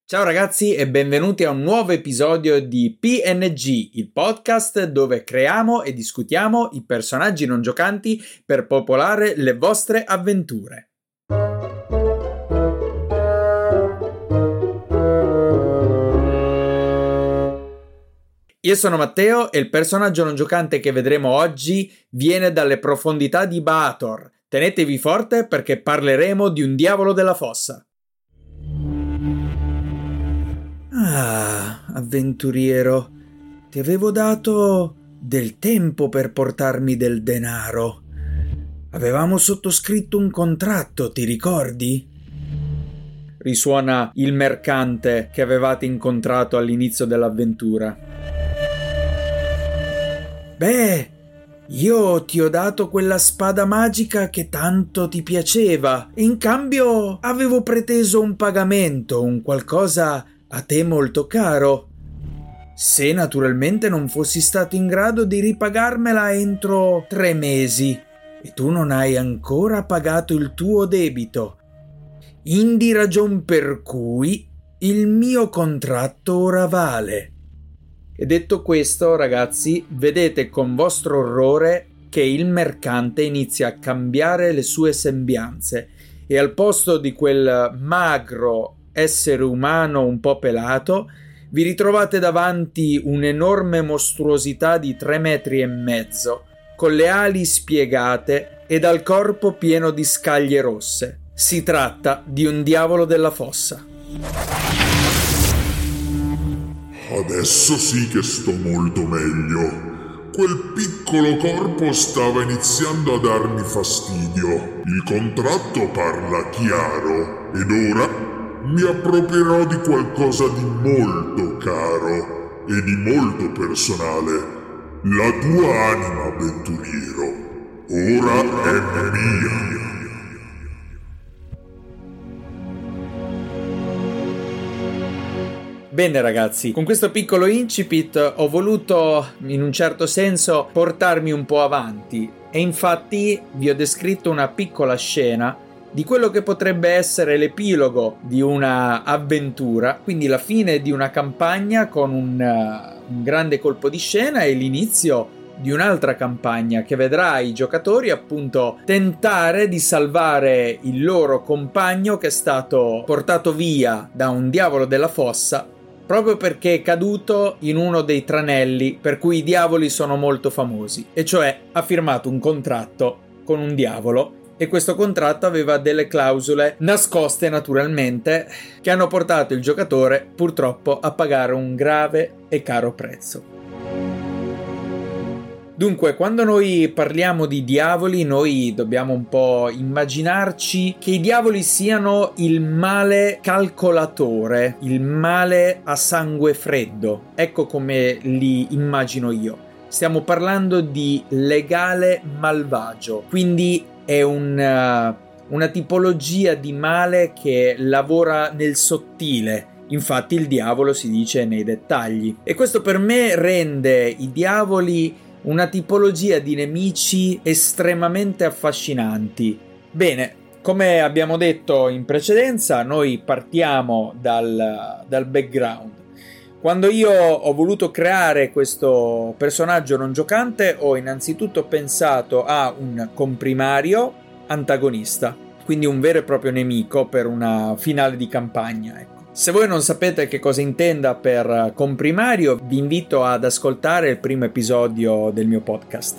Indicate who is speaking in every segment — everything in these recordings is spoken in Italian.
Speaker 1: Ciao ragazzi e benvenuti a un nuovo episodio di PNG, il podcast dove creiamo e discutiamo i personaggi non giocanti per popolare le vostre avventure. Io sono Matteo e il personaggio non giocante che vedremo oggi viene dalle profondità di Baator. Tenetevi forte perché parleremo di un diavolo della fossa. Ah, avventuriero, ti avevo dato del tempo per portarmi del denaro. Avevamo sottoscritto un contratto, ti ricordi? Risuona il mercante che avevate incontrato all'inizio dell'avventura. Beh, io ti ho dato quella spada magica che tanto ti piaceva e in cambio avevo preteso un pagamento, un qualcosa a te molto caro, se naturalmente non fossi stato in grado di ripagarmela entro 3 mesi e tu non hai ancora pagato il tuo debito, indi ragion per cui il mio contratto ora vale. E detto questo, ragazzi, vedete con vostro orrore che il mercante inizia a cambiare le sue sembianze e al posto di quel magro essere umano un po' pelato, vi ritrovate davanti un'enorme mostruosità di 3,5 metri, con le ali spiegate e dal corpo pieno di scaglie rosse. Si tratta di un diavolo della fossa.
Speaker 2: Adesso sì che sto molto meglio. Quel piccolo corpo stava iniziando a darmi fastidio. Il contratto parla chiaro ed ora mi approprierò di qualcosa di molto caro e di molto personale. La tua anima, avventuriero, ora è mia.
Speaker 1: Bene ragazzi, con questo piccolo incipit ho voluto in un certo senso portarmi un po' avanti e infatti vi ho descritto una piccola scena di quello che potrebbe essere l'epilogo di una avventura, quindi la fine di una campagna con un grande colpo di scena e l'inizio di un'altra campagna che vedrà i giocatori appunto tentare di salvare il loro compagno che è stato portato via da un diavolo della fossa proprio perché è caduto in uno dei tranelli per cui i diavoli sono molto famosi, e cioè ha firmato un contratto con un diavolo. E questo contratto aveva delle clausole nascoste naturalmente che hanno portato il giocatore purtroppo a pagare un grave e caro prezzo. Dunque, quando noi parliamo di diavoli, noi dobbiamo un po' immaginarci che i diavoli siano il male calcolatore, il male a sangue freddo. Ecco come li immagino io. Stiamo parlando di legale malvagio, quindi è una tipologia di male che lavora nel sottile. Infatti il diavolo si dice nei dettagli. E questo per me rende i diavoli una tipologia di nemici estremamente affascinanti. Bene, come abbiamo detto in precedenza, noi partiamo dal background. Quando io ho voluto creare questo personaggio non giocante, ho innanzitutto pensato a un comprimario antagonista, quindi un vero e proprio nemico per una finale di campagna, ecco. Se voi non sapete che cosa intenda per comprimario, vi invito ad ascoltare il primo episodio del mio podcast.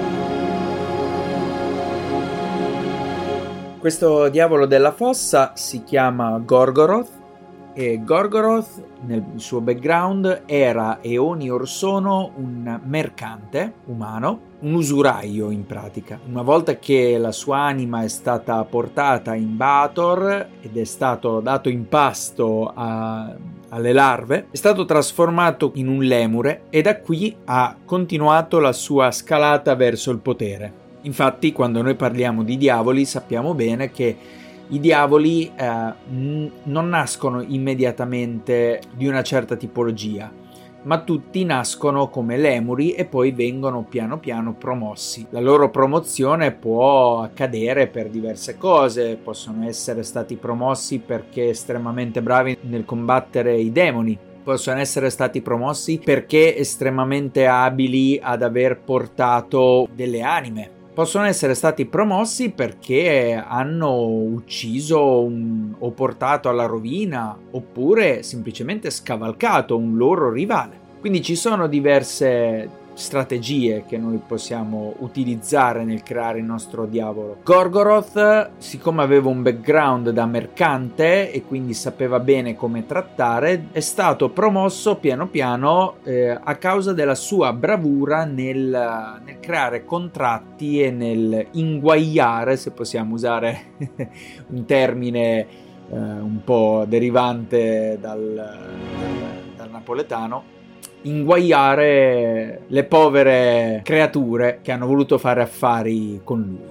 Speaker 1: Questo diavolo della fossa si chiama Gorgoroth e Gorgoroth nel suo background era eoni or sono un mercante umano, un usuraio in pratica. Una volta che la sua anima è stata portata in Baator ed è stato dato in pasto alle larve, è stato trasformato in un lemure e da qui ha continuato la sua scalata verso il potere. Infatti, quando noi parliamo di diavoli sappiamo bene che i diavoli non nascono immediatamente di una certa tipologia, ma tutti nascono come lemuri e poi vengono piano piano promossi. La loro promozione può accadere per diverse cose, possono essere stati promossi perché estremamente bravi nel combattere i demoni, possono essere stati promossi perché estremamente abili ad aver portato delle anime. Possono essere stati promossi perché hanno ucciso o portato alla rovina oppure semplicemente scavalcato un loro rivale. Quindi ci sono diverse strategie che noi possiamo utilizzare nel creare il nostro diavolo. Gorgoroth, siccome aveva un background da mercante e quindi sapeva bene come trattare, è stato promosso piano piano a causa della sua bravura nel creare contratti e nel inguaiare, se possiamo usare un termine un po' derivante dal napoletano, inguaiare le povere creature che hanno voluto fare affari con lui.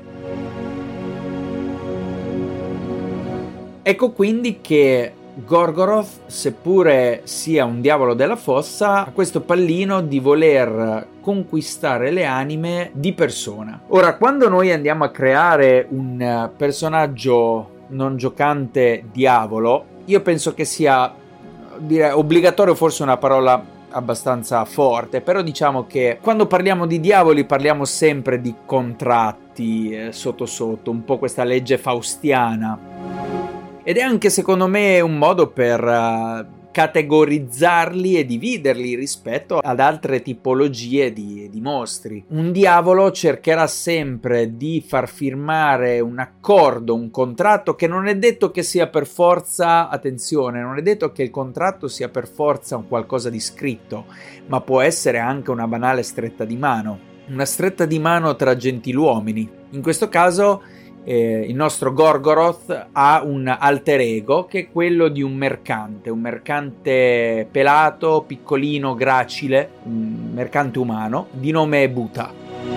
Speaker 1: Ecco quindi che Gorgoroth, seppure sia un diavolo della fossa, ha questo pallino di voler conquistare le anime di persona. Ora, quando noi andiamo a creare un personaggio non giocante diavolo, io penso che sia, direi, obbligatorio, forse una parola abbastanza forte, però diciamo che quando parliamo di diavoli parliamo sempre di contratti sotto sotto, un po' questa legge faustiana, ed è anche secondo me un modo per categorizzarli e dividerli rispetto ad altre tipologie di mostri. Un diavolo cercherà sempre di far firmare un accordo, un contratto, che non è detto che sia per forza, attenzione, non è detto che il contratto sia per forza un qualcosa di scritto, ma può essere anche una banale stretta di mano, una stretta di mano tra gentiluomini. In questo caso il nostro Gorgoroth ha un alter ego che è quello di un mercante pelato, piccolino, gracile, un mercante umano di nome Buta.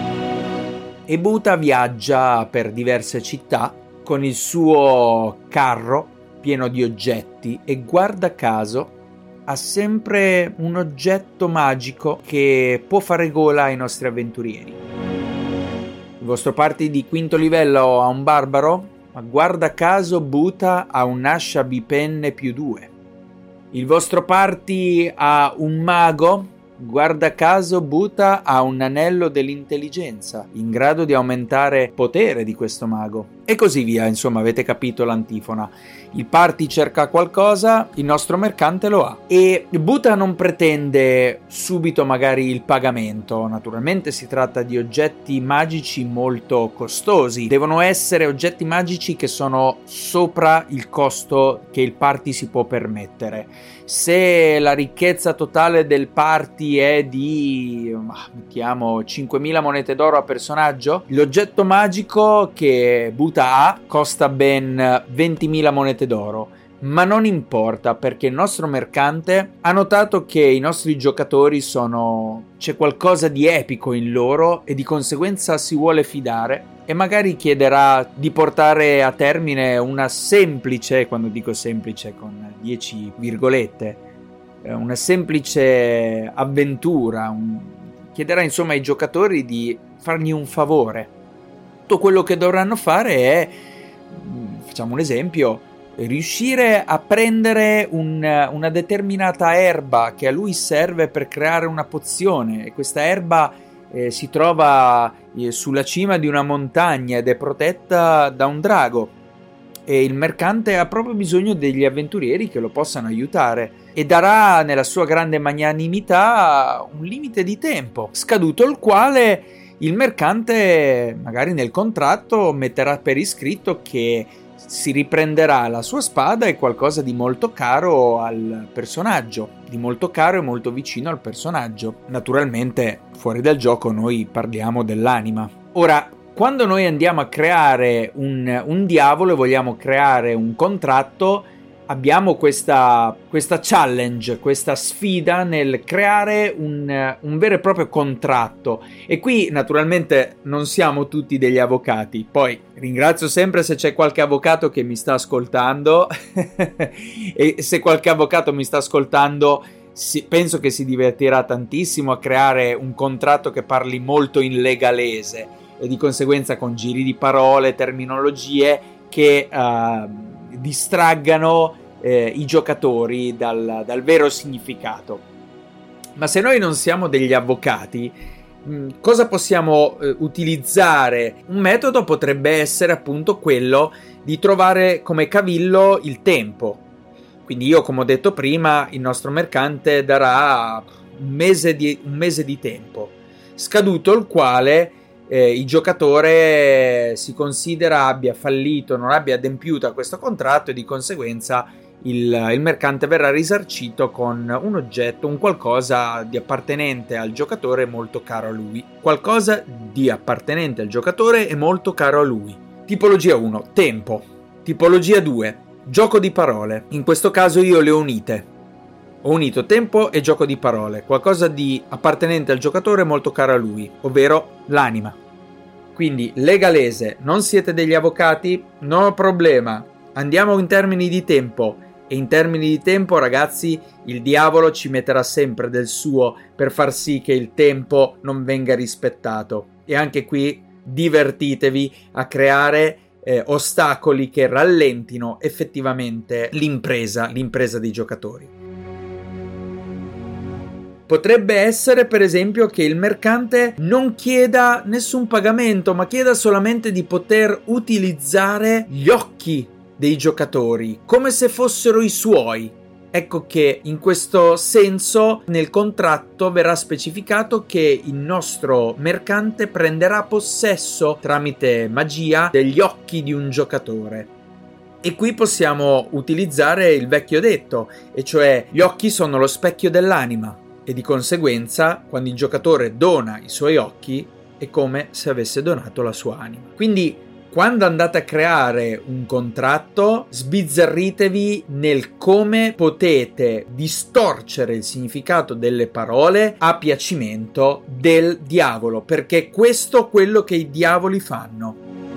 Speaker 1: E Buta viaggia per diverse città con il suo carro pieno di oggetti e, guarda caso, ha sempre un oggetto magico che può fare gola ai nostri avventurieri. Il vostro party di quinto livello ha un barbaro, ma guarda caso Buta ha un'ascia bipenne +2. Il vostro party ha un mago, guarda caso Buta ha un anello dell'intelligenza in grado di aumentare il potere di questo mago. E così via, insomma, avete capito l'antifona. Il party cerca qualcosa, il nostro mercante lo ha. E Buta non pretende subito magari il pagamento. Naturalmente si tratta di oggetti magici molto costosi. Devono essere oggetti magici che sono sopra il costo che il party si può permettere. Se la ricchezza totale del party è di, mettiamo, 5.000 monete d'oro a personaggio, l'oggetto magico che Buta ha costa ben 20.000 monete d'oro, ma non importa, perché il nostro mercante ha notato che i nostri giocatori c'è qualcosa di epico in loro e di conseguenza si vuole fidare e magari chiederà di portare a termine una semplice, quando dico semplice con 10 virgolette, una semplice avventura, chiederà insomma ai giocatori di fargli un favore. Tutto quello che dovranno fare è, facciamo un esempio, riuscire a prendere una determinata erba che a lui serve per creare una pozione, e questa erba si trova sulla cima di una montagna ed è protetta da un drago, e il mercante ha proprio bisogno degli avventurieri che lo possano aiutare e darà nella sua grande magnanimità un limite di tempo scaduto il quale il mercante magari nel contratto metterà per iscritto che si riprenderà la sua spada e qualcosa di molto caro al personaggio, di molto caro e molto vicino al personaggio. Naturalmente fuori dal gioco noi parliamo dell'anima. Ora, quando noi andiamo a creare un diavolo e vogliamo creare un contratto, abbiamo questa challenge, questa sfida nel creare un vero e proprio contratto. E qui naturalmente non siamo tutti degli avvocati. Poi ringrazio sempre se c'è qualche avvocato che mi sta ascoltando e se qualche avvocato mi sta ascoltando, penso che si divertirà tantissimo a creare un contratto che parli molto in legalese e di conseguenza con giri di parole, terminologie che distraggano i giocatori dal vero significato. Ma se noi non siamo degli avvocati, cosa possiamo utilizzare? Un metodo potrebbe essere appunto quello di trovare come cavillo il tempo. Quindi io, come ho detto prima, il nostro mercante darà un mese di tempo, scaduto il quale il giocatore si considera abbia fallito, non abbia adempiuto a questo contratto, e di conseguenza il mercante verrà risarcito con un oggetto, un qualcosa di appartenente al giocatore molto caro a lui. Qualcosa di appartenente al giocatore e molto caro a lui. Tipologia 1, tempo. Tipologia 2, gioco di parole. In questo caso io le ho unite. Ho unito tempo e gioco di parole, qualcosa di appartenente al giocatore molto caro a lui, ovvero l'anima. Quindi legalese, non siete degli avvocati? Non ho problema. Andiamo in termini di tempo. E in termini di tempo, ragazzi, il diavolo ci metterà sempre del suo per far sì che il tempo non venga rispettato. E anche qui divertitevi a creare ostacoli che rallentino effettivamente l'impresa dei giocatori. Potrebbe essere, per esempio, che il mercante non chieda nessun pagamento, ma chieda solamente di poter utilizzare gli occhi dei giocatori, come se fossero i suoi. Ecco che in questo senso nel contratto verrà specificato che il nostro mercante prenderà possesso tramite magia degli occhi di un giocatore. E qui possiamo utilizzare il vecchio detto, e cioè gli occhi sono lo specchio dell'anima, e di conseguenza quando il giocatore dona i suoi occhi è come se avesse donato la sua anima. Quindi quando andate a creare un contratto, sbizzarritevi nel come potete distorcere il significato delle parole a piacimento del diavolo, perché questo è quello che i diavoli fanno.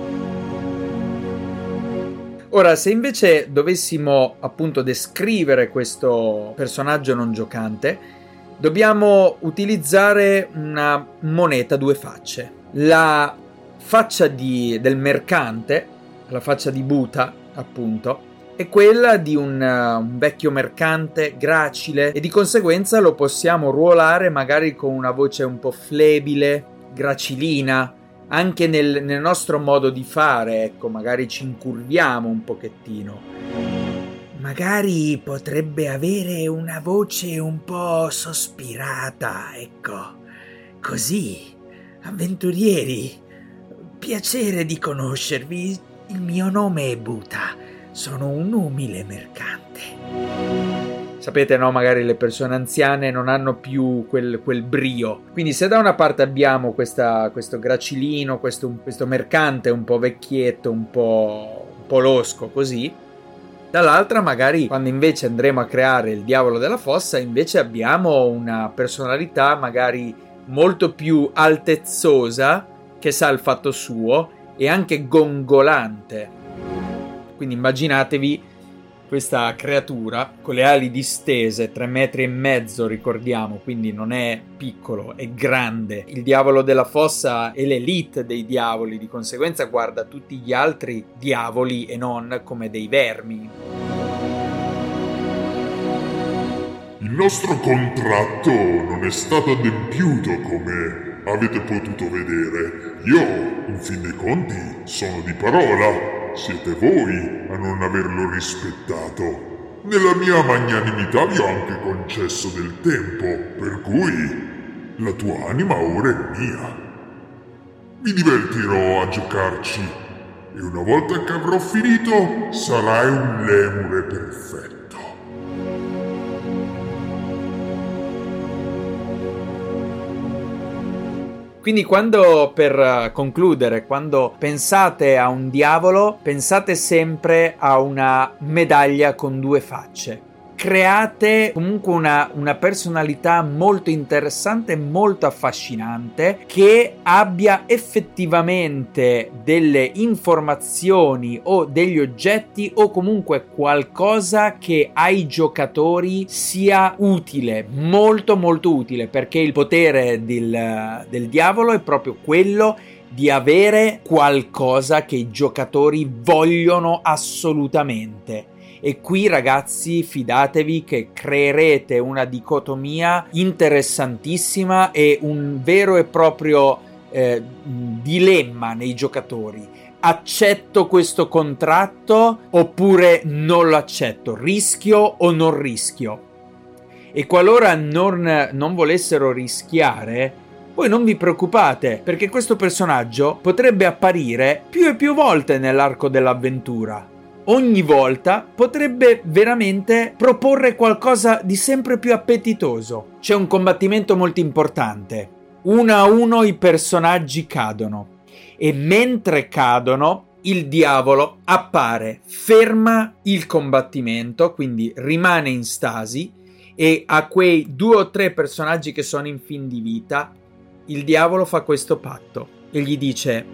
Speaker 1: Ora, se invece dovessimo appunto descrivere questo personaggio non giocante, dobbiamo utilizzare una moneta a due facce. La faccia del mercante, la faccia di Buta appunto, è quella di un vecchio mercante gracile, e di conseguenza lo possiamo ruolare magari con una voce un po' flebile, gracilina, anche nel nostro modo di fare, ecco, magari ci incurviamo un pochettino. Magari potrebbe avere una voce un po' sospirata, ecco, così, avventurieri. Piacere di conoscervi, il mio nome è Buta, sono un umile mercante. Sapete, no, magari le persone anziane non hanno più quel brio. Quindi se da una parte abbiamo questo gracilino, questo mercante un po' vecchietto, un po' losco così, dall'altra magari quando invece andremo a creare il diavolo della fossa invece abbiamo una personalità magari molto più altezzosa, che sa il fatto suo, e anche gongolante. Quindi immaginatevi questa creatura con le ali distese, 3,5 metri, ricordiamo, quindi non è piccolo, è grande. Il diavolo della fossa è l'elite dei diavoli, di conseguenza guarda tutti gli altri diavoli e non come dei vermi.
Speaker 2: Il nostro contratto non è stato adempiuto come avete potuto vedere. Io, in fin dei conti, sono di parola. Siete voi a non averlo rispettato. Nella mia magnanimità vi ho anche concesso del tempo, per cui la tua anima ora è mia. Mi divertirò a giocarci e una volta che avrò finito sarai un lemure perfetto.
Speaker 1: Quindi per concludere, quando pensate a un diavolo, pensate sempre a una medaglia con due facce. create comunque una personalità molto interessante, molto affascinante, che abbia effettivamente delle informazioni o degli oggetti o comunque qualcosa che ai giocatori sia utile, molto molto utile, perché il potere del diavolo è proprio quello di avere qualcosa che i giocatori vogliono assolutamente. E qui, ragazzi, fidatevi che creerete una dicotomia interessantissima e un vero e proprio dilemma nei giocatori. Accetto questo contratto oppure non lo accetto? Rischio o non rischio? E qualora non volessero rischiare, voi non vi preoccupate, perché questo personaggio potrebbe apparire più e più volte nell'arco dell'avventura. Ogni volta potrebbe veramente proporre qualcosa di sempre più appetitoso. C'è un combattimento molto importante. 1 a 1 i personaggi cadono e mentre cadono il diavolo appare, ferma il combattimento, quindi rimane in stasi, e a quei 2 o 3 personaggi che sono in fin di vita il diavolo fa questo patto e gli dice: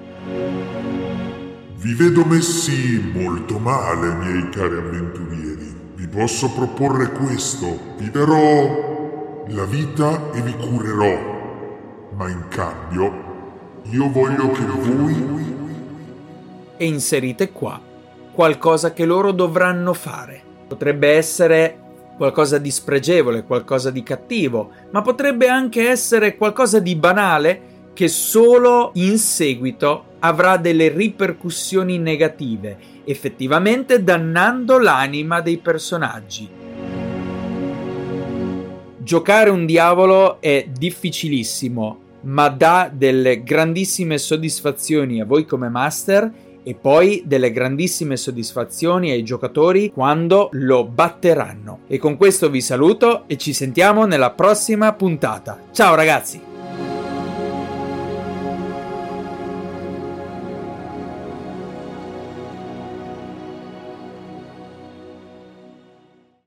Speaker 2: vi vedo messi molto male, miei cari avventurieri. Vi posso proporre questo. Vi darò la vita e vi curerò. Ma in cambio, io voglio che voi...
Speaker 1: E inserite qua qualcosa che loro dovranno fare. Potrebbe essere qualcosa di spregevole, qualcosa di cattivo, ma potrebbe anche essere qualcosa di banale che solo in seguito avrà delle ripercussioni negative, effettivamente dannando l'anima dei personaggi. Giocare un diavolo è difficilissimo, ma dà delle grandissime soddisfazioni a voi come master e poi delle grandissime soddisfazioni ai giocatori quando lo batteranno. E con questo vi saluto e ci sentiamo nella prossima puntata. Ciao ragazzi!